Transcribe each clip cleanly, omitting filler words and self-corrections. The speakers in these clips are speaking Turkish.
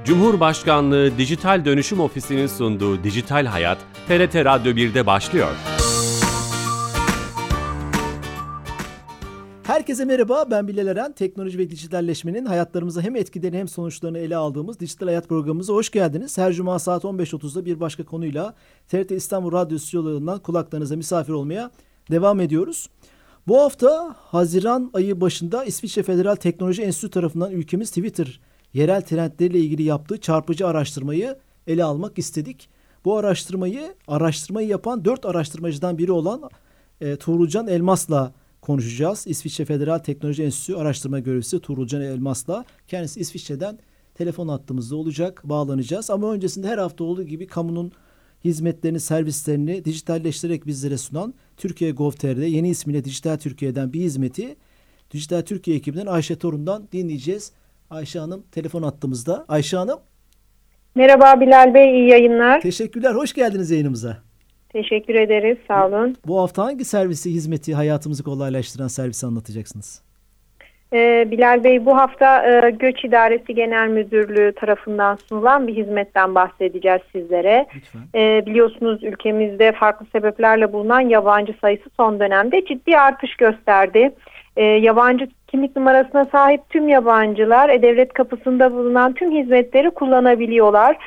Cumhurbaşkanlığı Dijital Dönüşüm Ofisi'nin sunduğu Dijital Hayat, TRT Radyo 1'de başlıyor. Herkese merhaba, ben Bilal Eren. Teknoloji ve dijitalleşmenin hayatlarımıza hem etkilerini hem sonuçlarını ele aldığımız Dijital Hayat programımıza hoş geldiniz. Her cuma saat 15.30'da bir başka konuyla TRT İstanbul Radyo stüdyolarından kulaklarınıza misafir olmaya devam ediyoruz. Bu hafta Haziran ayı başında İsviçre Federal Teknoloji Enstitüsü tarafından ülkemiz Twitter yerel trendleriyle ilgili yaptığı çarpıcı araştırmayı ele almak istedik. Bu araştırmayı yapan 4 araştırmacıdan biri olan Tuğrulcan Elmas'la konuşacağız. İsviçre Federal Teknoloji Enstitüsü Araştırma Görevlisi Tuğrulcan Elmas'la. Kendisi İsviçre'den telefon hattımızda olacak, bağlanacağız. Ama öncesinde her hafta olduğu gibi kamunun hizmetlerini, servislerini dijitalleştirerek bizlere sunan Türkiye Gov.tr'de yeni ismiyle Dijital Türkiye'den bir hizmeti Dijital Türkiye ekibinden Ayşe Torun'dan dinleyeceğiz. Ayşe Hanım telefon hattımızda. Ayşe Hanım. Merhaba Bilal Bey, iyi yayınlar. Teşekkürler, hoş geldiniz yayınımıza. Teşekkür ederiz, sağ olun. Bu hafta hangi servisi, hizmeti, hayatımızı kolaylaştıran servisi anlatacaksınız? Bilal Bey, bu hafta Göç İdaresi Genel Müdürlüğü tarafından sunulan bir hizmetten bahsedeceğiz sizlere. Biliyorsunuz ülkemizde farklı sebeplerle bulunan yabancı sayısı son dönemde ciddi artış gösterdi. Yabancı kimlik numarasına sahip tüm yabancılar devlet kapısında bulunan tüm hizmetleri kullanabiliyorlar.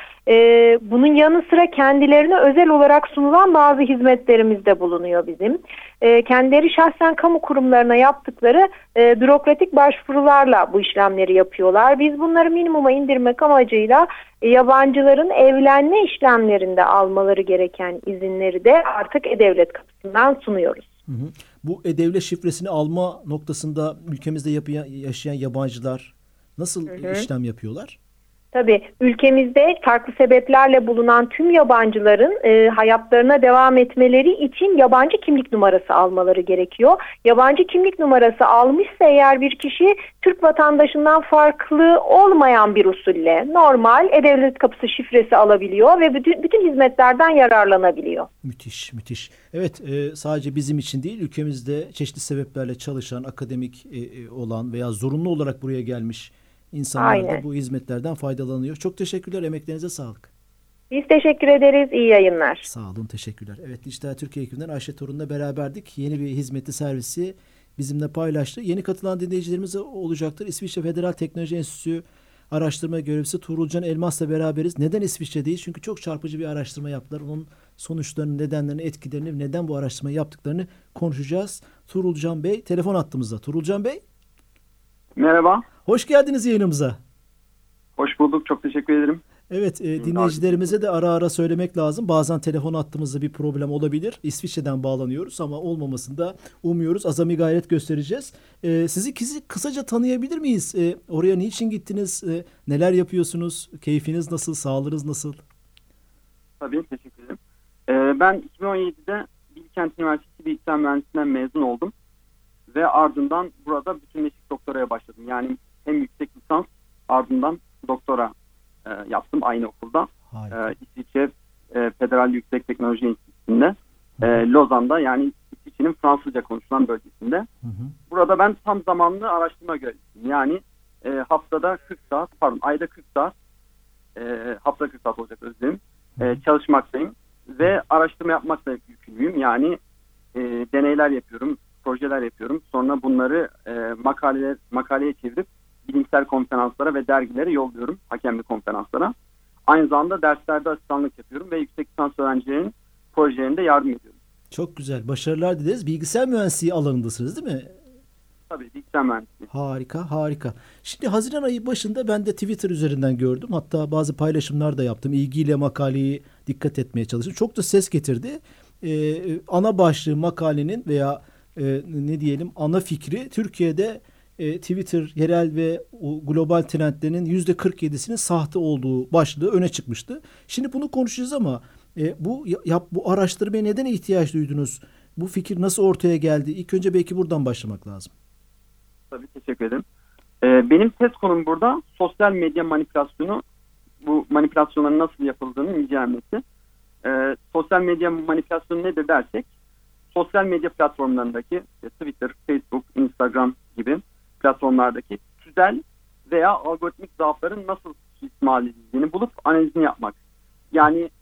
Bunun yanı sıra kendilerine özel olarak sunulan bazı hizmetlerimiz de bulunuyor bizim. Kendileri şahsen kamu kurumlarına yaptıkları bürokratik başvurularla bu işlemleri yapıyorlar. Biz bunları minimuma indirmek amacıyla yabancıların evlenme işlemlerinde almaları gereken izinleri de artık E-Devlet kapısından sunuyoruz. Hı hı. Bu E-Devlet şifresini alma noktasında ülkemizde yaşayan yabancılar nasıl işlem yapıyorlar? Tabii ülkemizde farklı sebeplerle bulunan tüm yabancıların hayatlarına devam etmeleri için yabancı kimlik numarası almaları gerekiyor. Yabancı kimlik numarası almışsa eğer bir kişi Türk vatandaşından farklı olmayan bir usulle normal E-Devlet kapısı şifresi alabiliyor ve bütün hizmetlerden yararlanabiliyor. Müthiş, müthiş. Evet, sadece bizim için değil, ülkemizde çeşitli sebeplerle çalışan, akademik olan veya zorunlu olarak buraya gelmiş İnsanlar da bu hizmetlerden faydalanıyor. Çok teşekkürler. Emeklerinize sağlık. Biz teşekkür ederiz. İyi yayınlar. Sağ olun. Teşekkürler. Evet, Dijital Türkiye ekibinden Ayşe Torun'la beraberdik. Yeni bir hizmeti, servisi bizimle paylaştı. Yeni katılan dinleyicilerimiz olacaktır. İsviçre Federal Teknoloji Enstitüsü Araştırma Görevlisi Tuğrulcan Elmas'la beraberiz. Neden İsviçre'deyiz? Çünkü çok çarpıcı bir araştırma yaptılar. Onun sonuçlarını, nedenlerini, etkilerini, neden bu araştırmayı yaptıklarını konuşacağız. Tuğrulcan Bey telefon hattımızda. Tuğrulcan Bey. Merhaba. Hoş geldiniz yayınımıza. Hoş bulduk. Çok teşekkür ederim. Evet, dinleyicilerimize de ara ara söylemek lazım. Bazen telefon hattımızda bir problem olabilir. İsviçre'den bağlanıyoruz ama olmamasını da umuyoruz. Azami gayret göstereceğiz. Sizi kısaca tanıyabilir miyiz? Oraya niçin gittiniz? Neler yapıyorsunuz? Keyfiniz nasıl? Sağlığınız nasıl? Tabii, teşekkür ederim. Ben 2017'de Bilkent Üniversitesi Bilgisayar Mühendisliğinden mezun oldum. Ve ardından burada bütünleşik doktoraya başladım. Yani hem yüksek lisans ardından doktora yaptım aynı okulda. İsviçre Federal Yüksek Teknoloji Enstitüsü'nde. Lozan'da, yani İsviçre'nin Fransızca konuşulan bölgesinde. Hı hı. Burada ben tam zamanlı araştırma görevlisiyim. Yani ayda 40 saat haftada 40 saat olacak özlem. Çalışmaktayım ve araştırma yapmakla yükümlüyüm. Yani deneyler yapıyorum, projeler yapıyorum. Sonra bunları makaleye çevirip bilimsel konferanslara ve dergilere yolluyorum. Hakemli konferanslara. Aynı zamanda derslerde asistanlık yapıyorum ve yüksek lisans öğrencilerinin projelerinde yardım ediyorum. Çok güzel. Başarılar dileriz. Bilgisayar mühendisliği alanındasınız değil mi? Tabii, bilgisayar mühendisliği. Harika, harika. Şimdi Haziran ayı başında ben de Twitter üzerinden gördüm. Hatta bazı paylaşımlar da yaptım. İlgiyle makaleyi dikkat etmeye çalıştım. Çok da ses getirdi. Ana başlığı makalenin veya ana fikri Türkiye'de Twitter yerel ve global trendlerinin %47'sinin sahte olduğu başlığı öne çıkmıştı. Şimdi bunu konuşacağız ama bu araştırmaya neden ihtiyaç duydunuz? Bu fikir nasıl ortaya geldi? İlk önce belki buradan başlamak lazım. Tabii, teşekkür ederim. Benim tez konum burada sosyal medya manipülasyonu, bu manipülasyonların nasıl yapıldığını incelemesi. Sosyal medya manipülasyonu nedir dersek, sosyal medya platformlarındaki Twitter, Facebook, Instagram gibi platformlardaki tüzel veya algoritmik zaafların nasıl suistimal suistimal edildiğini bulup analizini yapmak. Yani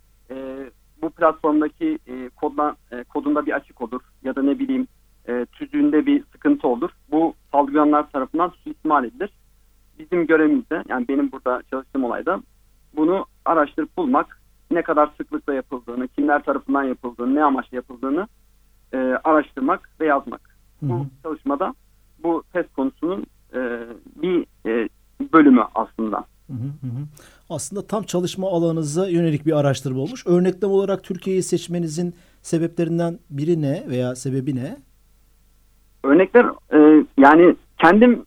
bu platformdaki kodunda bir açık olur ya da ne bileyim tüzüğünde bir sıkıntı olur. Bu saldırganlar tarafından suistimal edilir. Bizim görevimiz de, yani benim burada çalıştığım olayda bunu araştırıp bulmak, ne kadar sıklıkla yapıldığını, kimler tarafından yapıldığını, ne amaçla yapıldığını araştırmak ve yazmak. Bu çalışmada bu test konusunun bir bölümü aslında. Aslında tam çalışma alanınıza yönelik bir araştırma olmuş. Örneklem olarak Türkiye'yi seçmenizin sebeplerinden biri ne veya sebebi ne? Örnekler yani kendim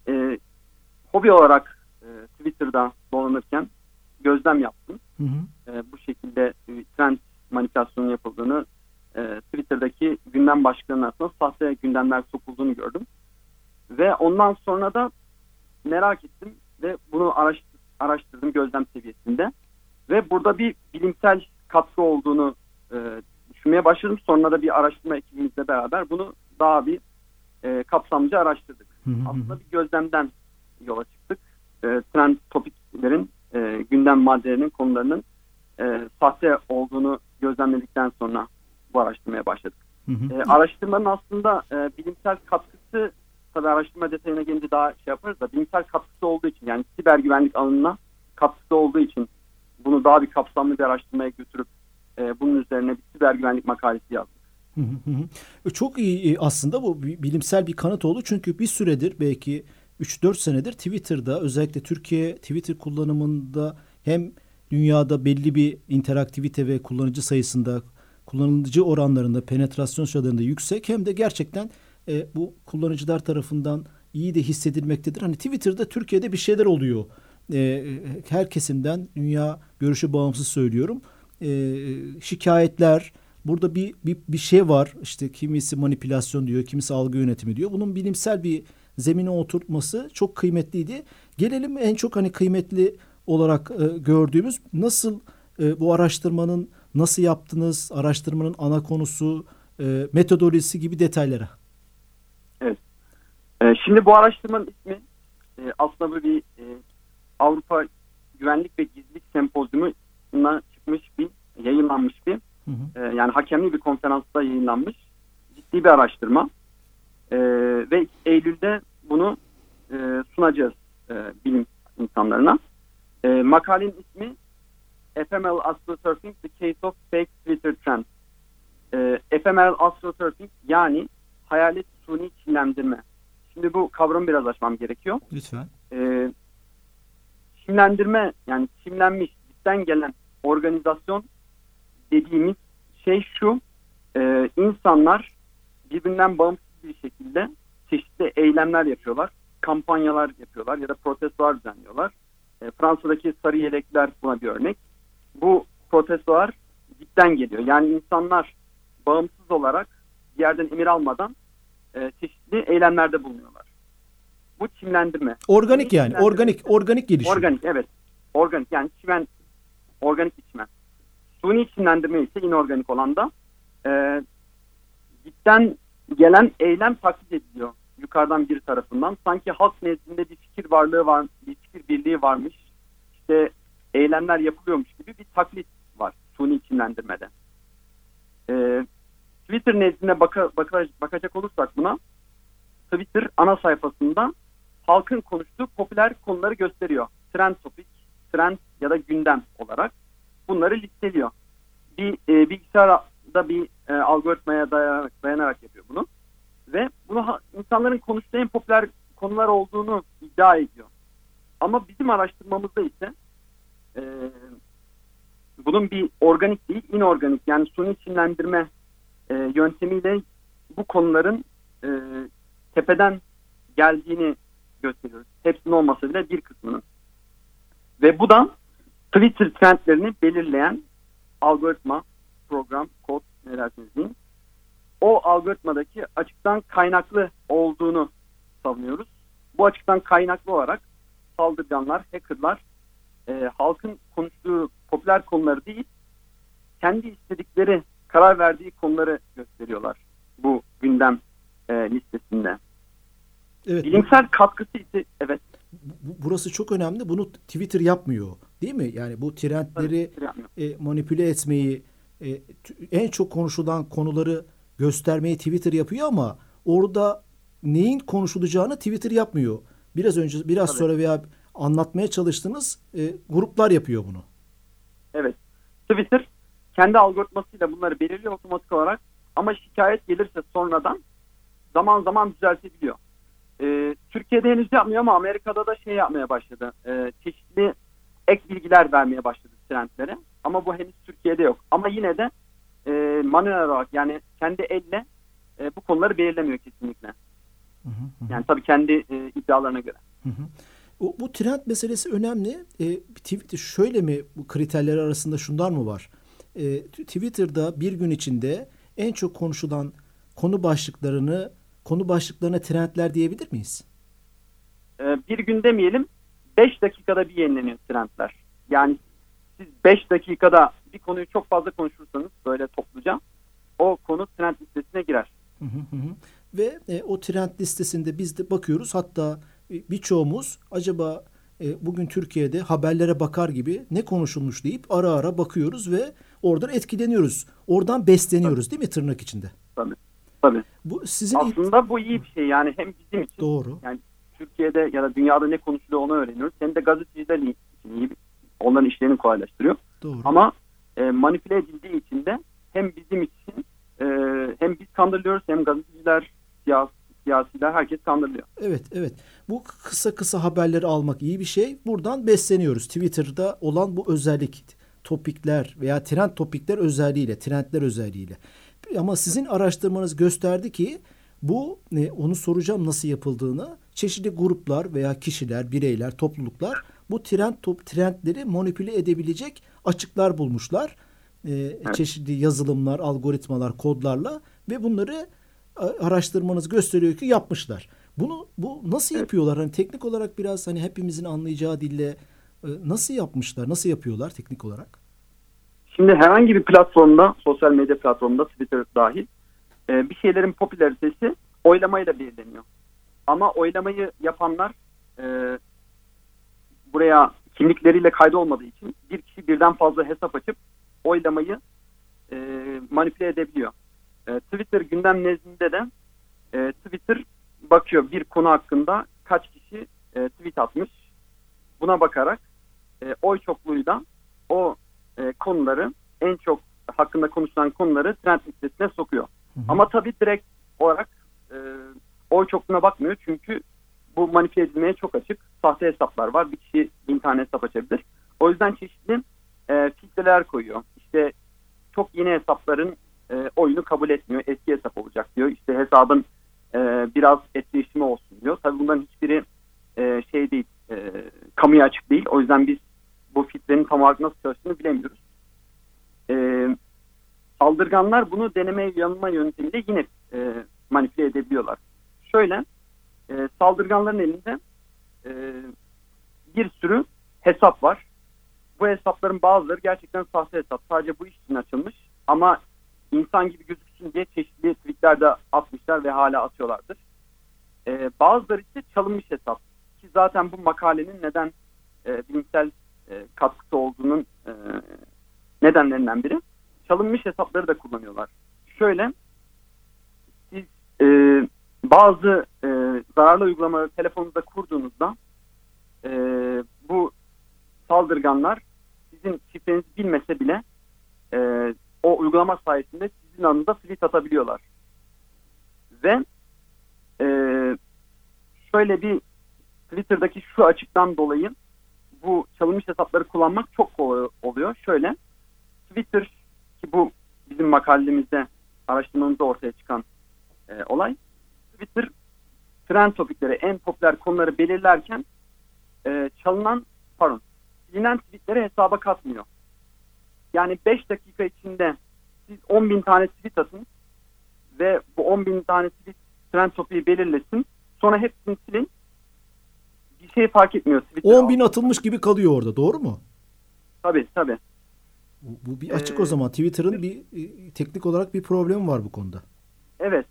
hobi olarak Twitter'da dolanırken gözlem yaptım. Bu şekilde trend manipülasyonu yapıldığını, Twitter'daki gündem başlıklarının arasında sahte gündemler sokulduğunu gördüm. Ve ondan sonra da merak ettim ve bunu araştırdım gözlem seviyesinde. Ve burada bir bilimsel katkı olduğunu düşünmeye başladım. Sonra da bir araştırma ekibimizle beraber bunu daha bir kapsamlıca araştırdık. Aslında bir gözlemden yola çıktık. Trend topiklerin, gündem maddelerinin, konularının sahte olduğunu gözlemledikten sonra bu araştırmaya başladık. Araştırmanın aslında bilimsel katkısı, tabii araştırma detayına gelince daha yaparız da, bilimsel katkısı olduğu için, yani siber güvenlik alanına katkısı olduğu için bunu daha bir kapsamlı bir araştırmaya götürüp bunun üzerine bir siber güvenlik makalesi yazdık. Çok iyi aslında, bu bilimsel bir kanıt oldu. Çünkü bir süredir, belki 3-4 senedir Twitter'da, özellikle Türkiye Twitter kullanımında hem dünyada belli bir interaktivite ve kullanıcı sayısında, kullanıcı oranlarında, penetrasyon sayılarında yüksek, hem de gerçekten bu kullanıcılar tarafından iyi de hissedilmektedir. Hani Twitter'da Türkiye'de bir şeyler oluyor. Her kesimden, dünya görüşü bağımsız söylüyorum. Şikayetler, burada bir şey var. İşte kimisi manipülasyon diyor, kimisi algı yönetimi diyor. Bunun bilimsel bir zemine oturtması çok kıymetliydi. Gelelim en çok hani kıymetli olarak gördüğümüz, nasıl bu araştırmanın nasıl yaptınız, araştırmanın ana konusu, metodolojisi gibi detaylara. Evet. Şimdi bu araştırmanın ismi aslında bir Avrupa Güvenlik ve Gizlilik Sempozyumuna çıkmış bir, yayınlanmış bir, yani hakemli bir konferansta yayınlanmış ciddi bir araştırma. Ve Eylül'de bunu sunacağız bilim insanlarına. Makalenin ismi Ephemeral Astroturfing, The Case of Fake Twitter Trends. Ephemeral Astroturfing, yani hayalet suni çimlendirme. Şimdi bu kavramı biraz açmam gerekiyor. Lütfen. Çimlendirme, yani çimlenmiş, cidden gelen organizasyon dediğimiz şey şu: insanlar birbirinden bağımsız bir şekilde çeşitli eylemler yapıyorlar, kampanyalar yapıyorlar ya da protestolar düzenliyorlar. Fransa'daki sarı yelekler buna bir örnek. Bu protestolar cidden geliyor. Yani insanlar bağımsız olarak bir yerden emir almadan çeşitli eylemlerde bulunuyorlar. Bu çimlendirme. Organik, yani organik gelişim. Organik, evet. Organik, yani çimen, organik bir çimen. Suni çimlendirme ise inorganik olan da cidden gelen eylem taklit ediliyor yukarıdan biri tarafından. Sanki halk nezdinde bir fikir varlığı var, bir fikir birliği varmış, İşte eylemler yapılıyormuş gibi bir taklit var suni çimlendirmede. Twitter nezdinde bakacak olursak buna, Twitter ana sayfasında halkın konuştuğu popüler konuları gösteriyor. Trend topik, trend ya da gündem olarak bunları listeliyor. Bir bilgisayarda bir algoritmaya dayanarak yapıyor bunu. Ve bunu insanların konuştuğu en popüler konular olduğunu iddia ediyor. Ama bizim araştırmamızda ise bunun bir organik değil, inorganik, yani suni çimlendirme yöntemiyle bu konuların tepeden geldiğini gösteriyoruz. Hepsinin olmasa bile bir kısmının. Ve bu da Twitter trendlerini belirleyen algoritma, program, kod, ne dersiniz deyin, o algoritmadaki açıktan kaynaklı olduğunu savunuyoruz. Bu açıktan kaynaklı olarak saldırganlar, hackerlar halkın konuştuğu popüler konuları değil, kendi istedikleri, karar verdiği konuları gösteriyorlar bu gündem listesinde. Evet. Bilimsel katkısı ise, evet. Burası çok önemli. Bunu Twitter yapmıyor. Değil mi? Yani bu trendleri manipüle etmeyi, en çok konuşulan konuları göstermeyi Twitter yapıyor ama orada neyin konuşulacağını Twitter yapmıyor. Biraz sonra veya anlatmaya çalıştığınız gruplar yapıyor bunu. Evet. Twitter kendi algoritmasıyla bunları belirliyor otomatik olarak ama şikayet gelirse sonradan zaman zaman düzeltebiliyor. Türkiye'de henüz yapmıyor ama Amerika'da da yapmaya başladı. Çeşitli ek bilgiler vermeye başladı trendlere. Ama bu henüz Türkiye'de yok. Ama yine de manuel olarak yani kendi elle bu konuları belirlemiyor kesinlikle. Yani tabii kendi iddialarına göre. Bu trend meselesi önemli. Şöyle mi, bu kriterler arasında şunlar mı var? Twitter'da bir gün içinde en çok konuşulan konu başlıklarına trendler diyebilir miyiz? Bir gün demeyelim, 5 dakikada bir yenileniyor trendler. Yani siz 5 dakikada bir konuyu çok fazla konuşursanız böyle topluca o konu trend listesine girer. Ve o trend listesinde biz de bakıyoruz. Hatta birçoğumuz acaba bugün Türkiye'de haberlere bakar gibi ne konuşulmuş deyip ara ara bakıyoruz ve oradan etkileniyoruz. Oradan besleniyoruz, değil mi, tırnak içinde? Tabii. Bu sizin aslında bu iyi bir şey yani, hem bizim için. Doğru. Yani Türkiye'de ya da dünyada ne konuşuluyor onu öğreniyoruz. Hem de gazeteciler için iyi. Onların işlerini kolaylaştırıyor. Doğru. Ama manipüle edildiği için de hem bizim için hem biz kandırılıyoruz, hem gazeteciler, siyasiler, herkes kandırılıyor. Evet. Bu kısa haberleri almak iyi bir şey. Buradan besleniyoruz. Twitter'da olan bu özellik, topikler veya trendler özelliğiyle. Ama sizin araştırmanız gösterdi ki bu, onu soracağım nasıl yapıldığını, çeşitli gruplar veya kişiler, bireyler, topluluklar bu trendleri manipüle edebilecek açıklar bulmuşlar. Evet. Çeşitli yazılımlar, algoritmalar, kodlarla ve bunları araştırmanız gösteriyor ki yapmışlar. Bu nasıl yapıyorlar? Hani teknik olarak biraz hepimizin anlayacağı dille nasıl yapmışlar? Nasıl yapıyorlar teknik olarak? Şimdi herhangi bir platformda, sosyal medya platformunda, Twitter dahil, bir şeylerin popülaritesi oylamayla belirleniyor. Ama oylamayı yapanlar buraya kimlikleriyle kaydolmadığı için bir kişi birden fazla hesap açıp oylamayı manipüle edebiliyor. Twitter gündem nezdinde de Twitter bakıyor bir konu hakkında kaç kişi tweet atmış. Buna bakarak oy çokluğuyla o konuları, en çok hakkında konuşulan konuları trend listesine sokuyor. Ama tabii direkt olarak oy çokluğuna bakmıyor. Çünkü bu manipüle edilmeye çok açık. Sahte hesaplar var. Bir kişi 1000 tane hesap açabilir. O yüzden çeşitli filtreler koyuyor. İşte çok yeni hesapların oyunu kabul etmiyor. Eski hesap olacak diyor. İşte hesabın biraz etkileşimi olsun diyor. Tabii bunların hiçbiri değil, kamuya açık değil. O yüzden biz bu filtrenin tam olarak nasıl çalıştığını bilemiyoruz. Saldırganlar bunu deneme yanılma yöntemiyle yine manipüle edebiliyorlar. Şöyle, saldırganların elinde bir sürü hesap var. Bu hesapların bazıları gerçekten sahte hesap. Sadece bu iş için açılmış. Ama insan gibi gözüksün diye çeşitli tweetler de atmışlar ve hala atıyorlardır. Bazıları ise çalınmış hesap. Ki zaten bu makalenin neden bilimsel katkısı olduğunun nedenlerinden biri. Çalınmış hesapları da kullanıyorlar. Şöyle, siz bazı zararlı uygulamaları telefonunuzda kurduğunuzda bu saldırganlar sizin şifrenizi bilmese bile o uygulama sayesinde sizin adınıza tweet atabiliyorlar. Ve şöyle bir Twitter'daki şu açıktan dolayı bu çalınmış hesapları kullanmak çok kolay oluyor. Şöyle, Twitter, ki bu bizim makalemizde, araştırmamızda ortaya çıkan olay, Twitter trend topikleri, en popüler konuları belirlerken silinen tweetleri hesaba katmıyor. Yani 5 dakika içinde siz 10.000 tane tweet atın ve bu 10.000 tane tweet trend topiği belirlesin. Sonra hepsini silin. Bir şey fark etmiyor. 10.000 atılmış gibi kalıyor orada. Doğru mu? Tabii. Bu bir açık o zaman. Twitter'ın bir teknik olarak bir problemi var bu konuda. Evet.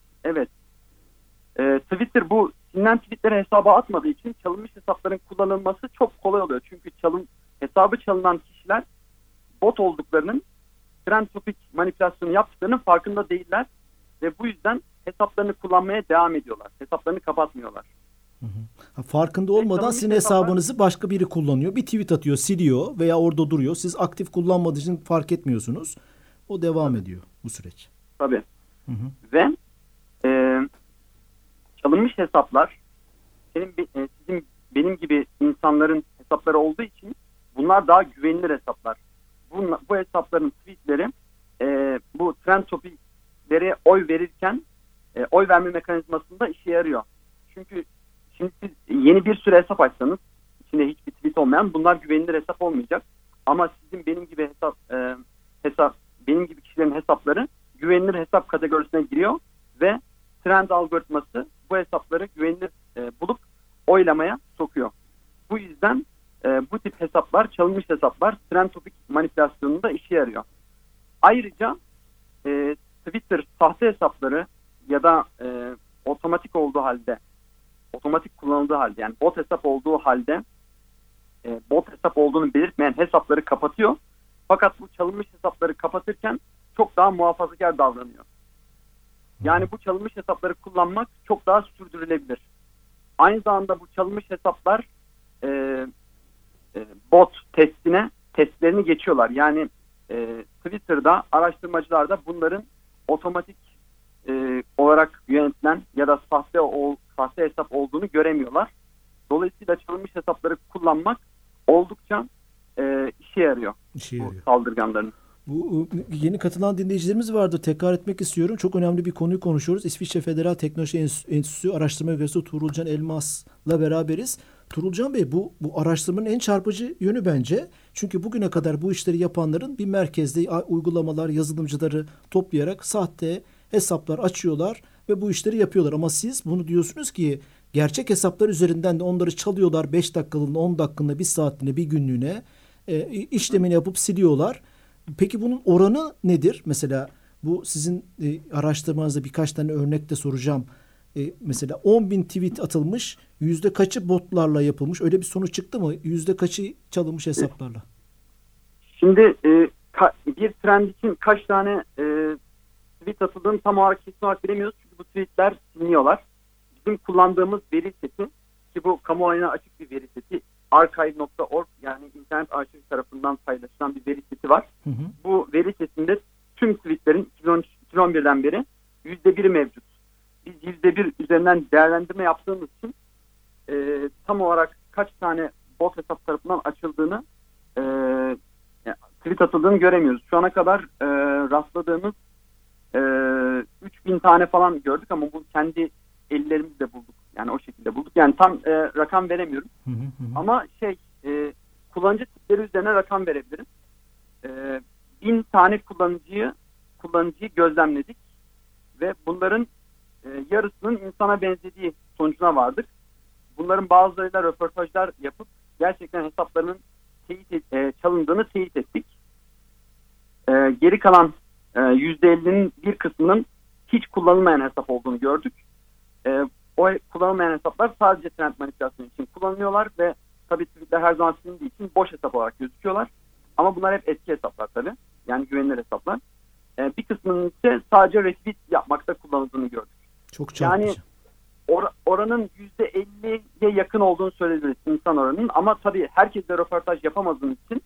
Twitter bu silinen tweetleri hesaba atmadığı için çalınmış hesapların kullanılması çok kolay oluyor. Çünkü hesabı çalınan kişiler bot olduklarının, trend topik manipülasyonu yaptıklarının farkında değiller ve bu yüzden hesaplarını kullanmaya devam ediyorlar. Hesaplarını kapatmıyorlar. Farkında olmadan sizin hesabınızı başka biri kullanıyor. Bir tweet atıyor, siliyor veya orada duruyor. Siz aktif kullanmadığı için fark etmiyorsunuz. O devam ediyor bu süreç. Tabii. Ve çalınmış hesaplar sizin benim gibi insanların hesapları olduğu için bunlar daha güvenilir hesaplar. Bu hesapların tweetleri bu trend topiklere oy verirken oy verme mekanizmasında işe yarıyor. Çünkü şimdi siz yeni bir sürü hesap açsanız içinde hiçbir tweet olmayan bunlar güvenilir hesap olmayacak. Ama sizin benim gibi benim gibi kişilerin hesapları güvenilir hesap kategorisine giriyor ve trend algoritması bu hesapları güvenilir bulup oylamaya sokuyor. Bu yüzden bu tip hesaplar, çalınmış hesaplar trend topik manipülasyonunda işe yarıyor. Ayrıca Twitter sahte hesapları ya da otomatik kullanıldığı halde yani bot hesap olduğu halde bot hesap olduğunu belirtmeyen hesapları kapatıyor. Fakat bu çalınmış hesapları kapatırken çok daha muhafazakar davranıyor. Yani bu çalınmış hesapları kullanmak çok daha sürdürülebilir. Aynı zamanda bu çalınmış hesaplar bot testlerini geçiyorlar. Yani Twitter'da araştırmacılar da bunların otomatik olarak yönetilen ya da sahte hesap olduğunu göremiyorlar. Dolayısıyla çalınmış hesapları kullanmak oldukça işe yarıyor. Bu saldırganların. Bu yeni katılan dinleyicilerimiz vardı. Tekrar etmek istiyorum. Çok önemli bir konuyu konuşuyoruz. İsviçre Federal Teknoloji Enstitüsü Araştırma Görevlisi Tuğrulcan Elmas'la beraberiz. Tuğrulcan Bey, bu araştırmanın en çarpıcı yönü bence. Çünkü bugüne kadar bu işleri yapanların bir merkezde uygulamalar, yazılımcıları toplayarak sahte hesaplar açıyorlar ve bu işleri yapıyorlar. Ama siz bunu diyorsunuz ki gerçek hesaplar üzerinden de onları çalıyorlar. 5 dakikalığına, 10 dakikalığına, 1 saatliğine, bir günlüğüne işlemini yapıp siliyorlar. Peki bunun oranı nedir? Mesela bu sizin araştırmanızda birkaç tane örnek de soracağım. Mesela 10.000 tweet atılmış, yüzde kaçı botlarla yapılmış? Öyle bir sonuç çıktı mı? Yüzde kaçı çalınmış hesaplarla? Şimdi bir trend için kaç tane tweet atıldığını tam olarak kesin olarak bilemiyoruz. Çünkü bu tweetler siliniyorlar. Bizim kullandığımız veri seti, ki bu kamuoyuna açık bir veri seti, archive.org yani internet arşiv tarafından paylaşılan bir veri seti var. Bu veri setinde tüm tweetlerin 2011'den beri %1'i mevcut. Biz %1 üzerinden değerlendirme yaptığımız için tam olarak kaç tane bot hesap tarafından açıldığını tweet atıldığını göremiyoruz. Şu ana kadar rastladığımız 3000 tane falan gördük ama bu kendi ellerimizle bulduk. Yani o şekilde bulduk. Yani tam rakam veremiyorum. Ama kullanıcı tipleri üzerine rakam verebilirim. 1000 tane kullanıcıyı gözlemledik ve bunların yarısının insana benzediği sonucuna vardık. Bunların bazılarıyla röportajlar yapıp gerçekten hesaplarının çalındığını teyit ettik. Geri kalan %50'nin bir kısmının hiç kullanılmayan hesap olduğunu gördük. O kullanılmayan hesaplar sadece trend manipülasyonu için kullanılıyorlar ve tabii tweetler her zaman silindiği için boş hesap olarak gözüküyorlar. Ama bunlar hep eski hesaplar tabii. Yani güvenilir hesaplar. Bir kısmının ise sadece retweet yapmakta kullanıldığını gördük. Çok çarpıcı. Yani oranın %50'ye yakın olduğunu söyleyebiliriz insan oranının. Ama tabii herkesle röportaj yapamadığımız için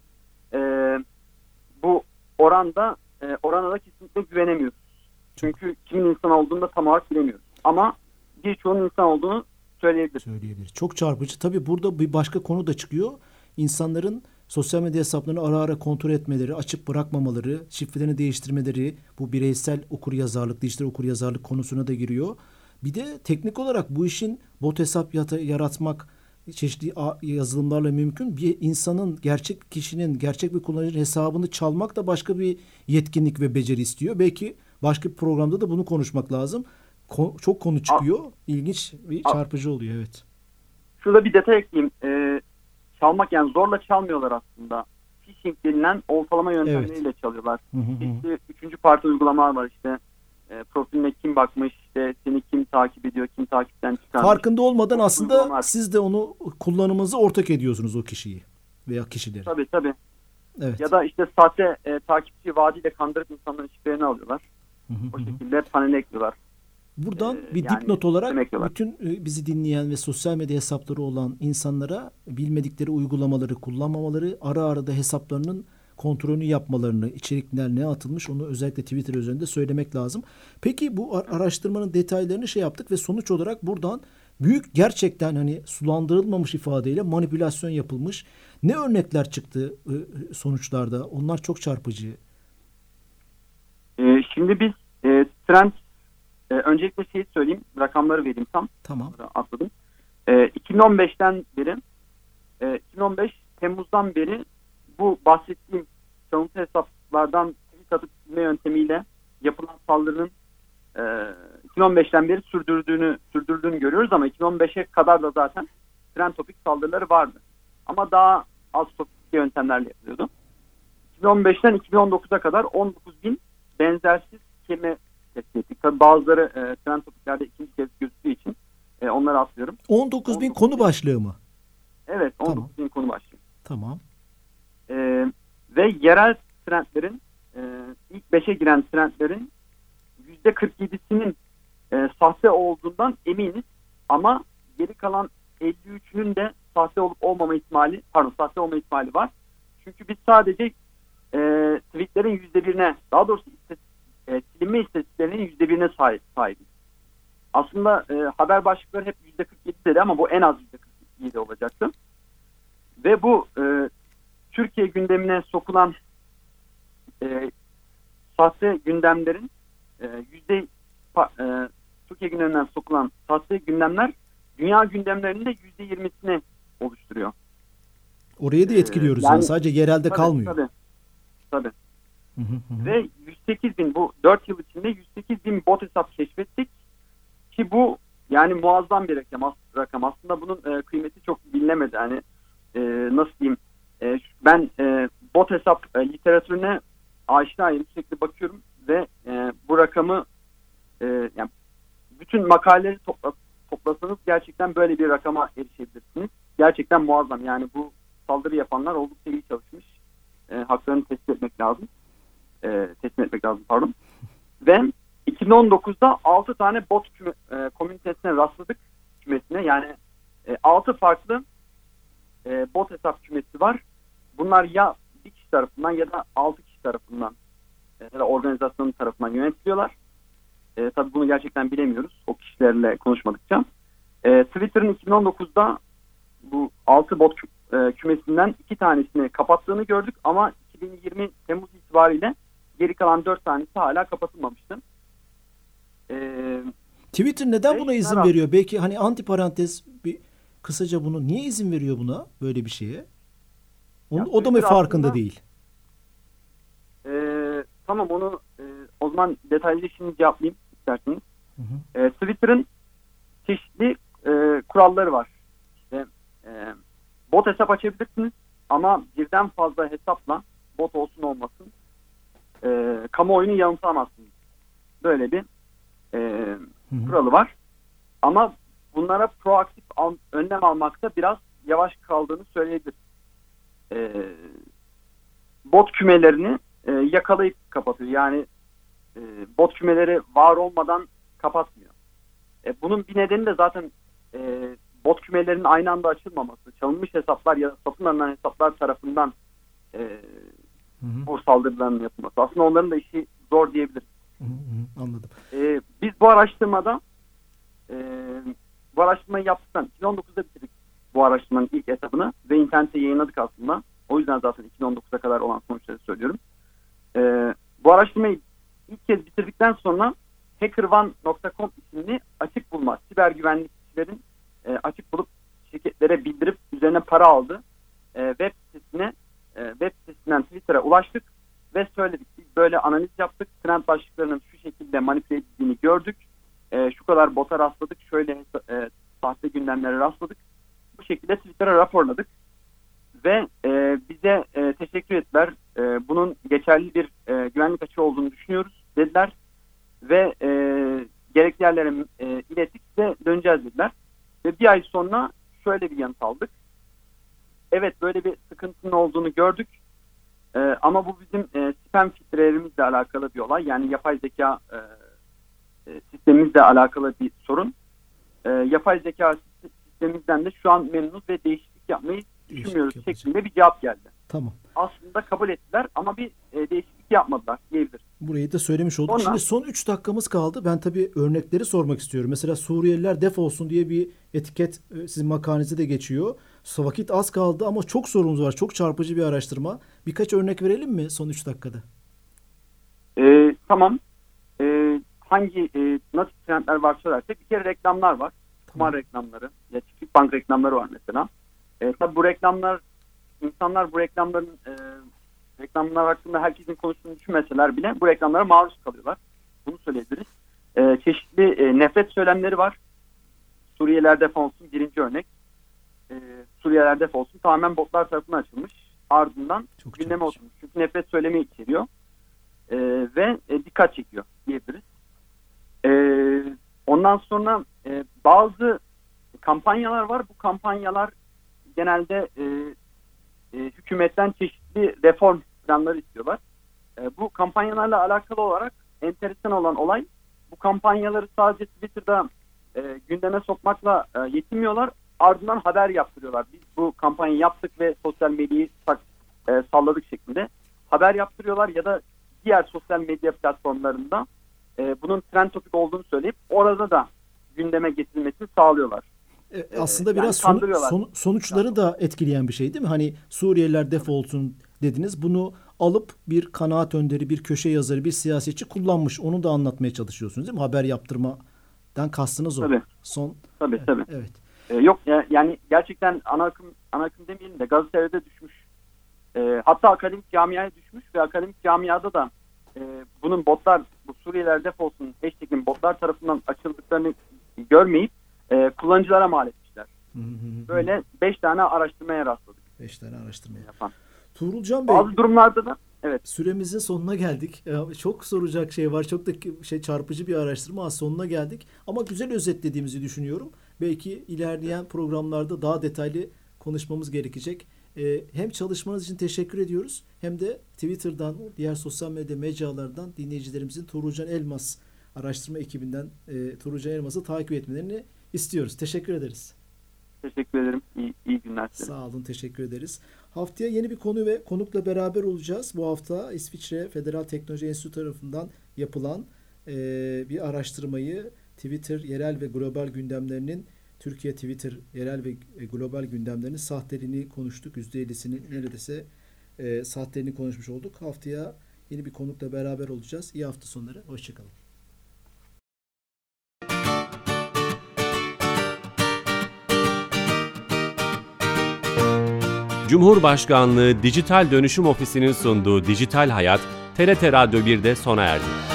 bu orana da kesinlikle güvenemiyoruz. Çünkü kimin insan olduğunu da tam olarak bilemiyoruz. Ama birçoğunun insan olduğunu söyleyebiliriz. Çok çarpıcı. Tabii burada bir başka konu da çıkıyor. İnsanların sosyal medya hesaplarını ara ara kontrol etmeleri, açıp bırakmamaları, şifrelerini değiştirmeleri, bu bireysel okuryazarlık, dijital okuryazarlık konusuna da giriyor. Bir de teknik olarak bu işin bot hesap yaratmak çeşitli yazılımlarla mümkün. Bir insanın, gerçek kişinin, gerçek bir kullanıcının hesabını çalmak da başka bir yetkinlik ve beceri istiyor. Belki başka bir programda da bunu konuşmak lazım. Çok konu çıkıyor. İlginç ve çarpıcı oluyor. Evet. Şurada bir detay ekleyeyim. Çalmak, yani zorla çalmıyorlar aslında. Phishing denilen oltalama yöntemleriyle çalıyorlar. İşte üçüncü parti uygulamalar var işte. Profiline kim bakmış, işte seni kim takip ediyor, kim takipten çıkarmış. Farkında olmadan aslında siz de onu kullanımınızı ortak ediyorsunuz o kişiyi. veya kişileri. Tabii. Evet. Ya da işte sahte takipçi vaadiyle kandırıp insanların şifrelerini alıyorlar. O şekilde panele ekliyorlar. Buradan bir yani dipnot olarak ekliyorlar. bütün bizi dinleyen ve sosyal medya hesapları olan insanlara bilmedikleri uygulamaları kullanmamaları, ara da hesaplarının kontrolünü yapmalarını, içerikler ne atılmış onu özellikle Twitter üzerinde söylemek lazım. Peki bu araştırmanın detaylarını yaptık ve sonuç olarak buradan büyük, gerçekten hani sulandırılmamış ifadeyle manipülasyon yapılmış. Ne örnekler çıktı sonuçlarda? Onlar çok çarpıcı. Şimdi biz trend öncelikle şeyi söyleyeyim, rakamları vereyim tam. Tamam. Atladım. 2015'ten beri 2015 Temmuz'dan beri bu bahsettiğim çalıntı hesaplardan tweet atıp silme yöntemiyle yapılan saldırının 2015'ten beri sürdürdüğünü görüyoruz ama 2015'e kadar da zaten trend topik saldırıları vardı. Ama daha az sofistike yöntemlerle yapılıyordu. 2015'ten 2019'a kadar 19.000 benzersiz kelime tespit ettik. Tabii bazıları trend topiklerde ikinci kez gözüktüğü için onları atlıyorum. 19.000 konu başlığı mı? Evet, 19.000 Tamam. konu başlığı. Tamam. Ve yerel trendlerin ilk 5'e giren trendlerin %47'sinin sahte olduğundan eminiz ama geri kalan 53'ünün de sahte olma ihtimali var. Çünkü biz sadece tweetlerin %1'ine, daha doğrusu silinme istatistiklerinin %1'ine sahibiz. Aslında haber başlıkları hep %47 dedi ama bu en az %47 olacaktı. Ve bu Türkiye gündemine sokulan sahte gündemlerin Türkiye gündeminden sokulan sahte gündemler dünya gündemlerinin de %20'sini oluşturuyor. Orayı da etkiliyoruz yani sadece yerelde kalmıyor. Tabii. Ve 108.000 bu 4 yıl içinde 108.000 bot hesap keşfettik ki bu yani muazzam bir rakam. Aslında bunun kıymeti çok bilinemedi. Yani nasıl diyeyim? Ben bot hesap literatürüne aşinayım, sürekli bakıyorum ve bu rakamı yani bütün makaleleri toplasanız gerçekten böyle bir rakama erişebilirsiniz. Gerçekten muazzam. Yani bu saldırı yapanlar oldukça iyi çalışmış. Haklarını teslim etmek lazım. Ve 2019'da 6 tane bot komünitesine rastladık, kümesine. Yani 6 farklı bot hesap kümesi var. Bunlar ya bir kişi tarafından ya da 6 kişi tarafından ya da organizasyonun tarafından yönetiliyorlar. Tabii bunu gerçekten bilemiyoruz o kişilerle konuşmadıkça. Twitter'ın 2019'da bu 6 bot kümesinden 2 tanesini kapattığını gördük ama 2020 Temmuz itibariyle geri kalan 4 tanesi hala kapatılmamıştı. Twitter neden buna izin veriyor? Belki hani antiparantez bir kısaca bunu niye izin veriyor buna, böyle bir şeye? O da mı farkında aslında, değil? Tamam, onu o zaman detaylıca şimdi cevaplayayım isterseniz. Twitter'ın çeşitli kuralları var. İşte bot hesap açabilirsiniz ama birden fazla hesapla bot olsun olmasın kamuoyunu yanıltamazsınız. Böyle bir kuralı var. Ama bunlara proaktif önlem almakta biraz yavaş kaldığını söyleyebiliriz. Bot kümelerini yakalayıp kapatıyor. Yani bot kümeleri var olmadan kapatmıyor. Bunun bir nedeni de zaten bot kümelerinin aynı anda açılmaması. Çalınmış hesaplar ya da satın alınan hesaplar tarafından bu saldırıların yapılması. Aslında onların da işi zor diyebiliriz. Anladım. Biz bu araştırmayı yaptıktan 2019'da bitirdik bu araştırmanın ilk etapını ve internette yayınladık aslında. O yüzden zaten 2019'a kadar olan sonuçları söylüyorum. Bu araştırmayı ilk kez bitirdikten sonra HackerOne.com isimli açık bulma, siber güvenlikçilerin açık bulup şirketlere bildirip üzerine para aldı. Web sitesinden Twitter'a ulaştık ve söyledik. Biz böyle analiz yaptık. Trend başlıklarının şu şekilde manipüle edildiğini gördük. Şu kadar bota rastladık. Şöyle sahte gündemlere rastladık. Bu şekilde Twitter'a raporladık. Ve bize teşekkür ettiler. Bunun geçerli bir güvenlik açığı olduğunu düşünüyoruz dediler. Ve gerekli yerlere ilettik ve döneceğiz dediler. Ve bir ay sonra şöyle bir yanıt aldık. evet böyle bir sıkıntının olduğunu gördük. Ama bu bizim spam filtrelerimizle alakalı bir olay. Yani yapay zeka sistemimizle alakalı bir sorun. Yapay zeka sistemimizden de şu an memnunuz ve değişiklik yapmayı düşünmüyoruz şeklinde bir cevap geldi. Tamam. Aslında kabul ettiler ama bir değişiklik yapmadılar diyebiliriz. Burayı da söylemiş olduk. Şimdi son 3 dakikamız kaldı. Ben tabii örnekleri sormak istiyorum. Mesela Suriyeliler def olsun diye bir etiket sizin makalenize de geçiyor. Vakit az kaldı ama çok sorumuz var. Çok çarpıcı bir araştırma. Birkaç örnek verelim mi son 3 dakikada? Tamam. Nasıl trendler var söylersek bir kere reklamlar var. Kumar reklamları, ya çiftlik bank reklamları var mesela. Tabii bu reklamlar, insanlar bu reklamlar hakkında herkesin konuştuğunu düşünmeseler bile bu reklamlara maruz kalıyorlar. Bunu söyleyebiliriz. Çeşitli nefret söylemleri var. Suriyeliler def olsun birinci örnek. Suriyeliler def olsun tamamen botlar tarafından açılmış. Ardından gündeme oturmuş. Çünkü nefret söylemi içeriyor. Ve dikkat çekiyor diyebiliriz. Ondan sonra bazı kampanyalar var. Bu kampanyalar genelde hükümetten çeşitli reform planları istiyorlar. Bu kampanyalarla alakalı olarak enteresan olan olay, bu kampanyaları sadece Twitter'da gündeme sokmakla yetinmiyorlar. Ardından haber yaptırıyorlar. Biz bu kampanyayı yaptık ve sosyal medyayı salladık şeklinde haber yaptırıyorlar ya da diğer sosyal medya platformlarında bunun trend topik olduğunu söyleyip orada da gündeme getirilmesini sağlıyorlar. Aslında biraz sonuçları da etkileyen bir şey değil mi? Hani Suriyeliler def olsun dediniz. Bunu alıp bir kanaat önderi, bir köşe yazarı, bir siyasetçi kullanmış. Onu da anlatmaya çalışıyorsunuz değil mi? Haber yaptırmadan kastınız o. Tabii. Tabii. Evet. Yok yani gerçekten ana akım demeyelim de gazetelerde düşmüş. Hatta akademik camiaya düşmüş ve akademik camiada da bunun bu Suriyeliler def olsun hashtag'in botlar tarafından açıldıklarını görmeyip kullanıcılara mal etmişler. Böyle 5 tane araştırmaya rastladık. 5 tane araştırmaya yapan. Tuğrulcan Bey. Bazı durumlarda da evet. Süremizin sonuna geldik. Çok soracak şey var. Çok da çarpıcı bir araştırma. Sonuna geldik. Ama güzel özetlediğimizi düşünüyorum. Belki ilerleyen programlarda daha detaylı konuşmamız gerekecek. Hem çalışmanız için teşekkür ediyoruz. Hem de Twitter'dan, diğer sosyal medya mecralardan dinleyicilerimizin Tuğrulcan Elmas araştırma ekibinden Tuğrulcan Elmas'ı takip etmelerini istiyoruz. Teşekkür ederiz. Teşekkür ederim. İyi günler. Sağ olun. Teşekkür ederiz. Haftaya yeni bir konu ve konukla beraber olacağız. Bu hafta İsviçre Federal Teknoloji Enstitüsü tarafından yapılan bir araştırmayı Twitter yerel ve global gündemlerinin Türkiye Twitter yerel ve global gündemlerinin sahteliğini konuştuk. %50'sinin neredeyse sahteliğini konuşmuş olduk. Haftaya yeni bir konukla beraber olacağız. İyi hafta sonları. Hoşçakalın. Cumhurbaşkanlığı Dijital Dönüşüm Ofisi'nin sunduğu Dijital Hayat, TRT Radyo 1'de sona erdi.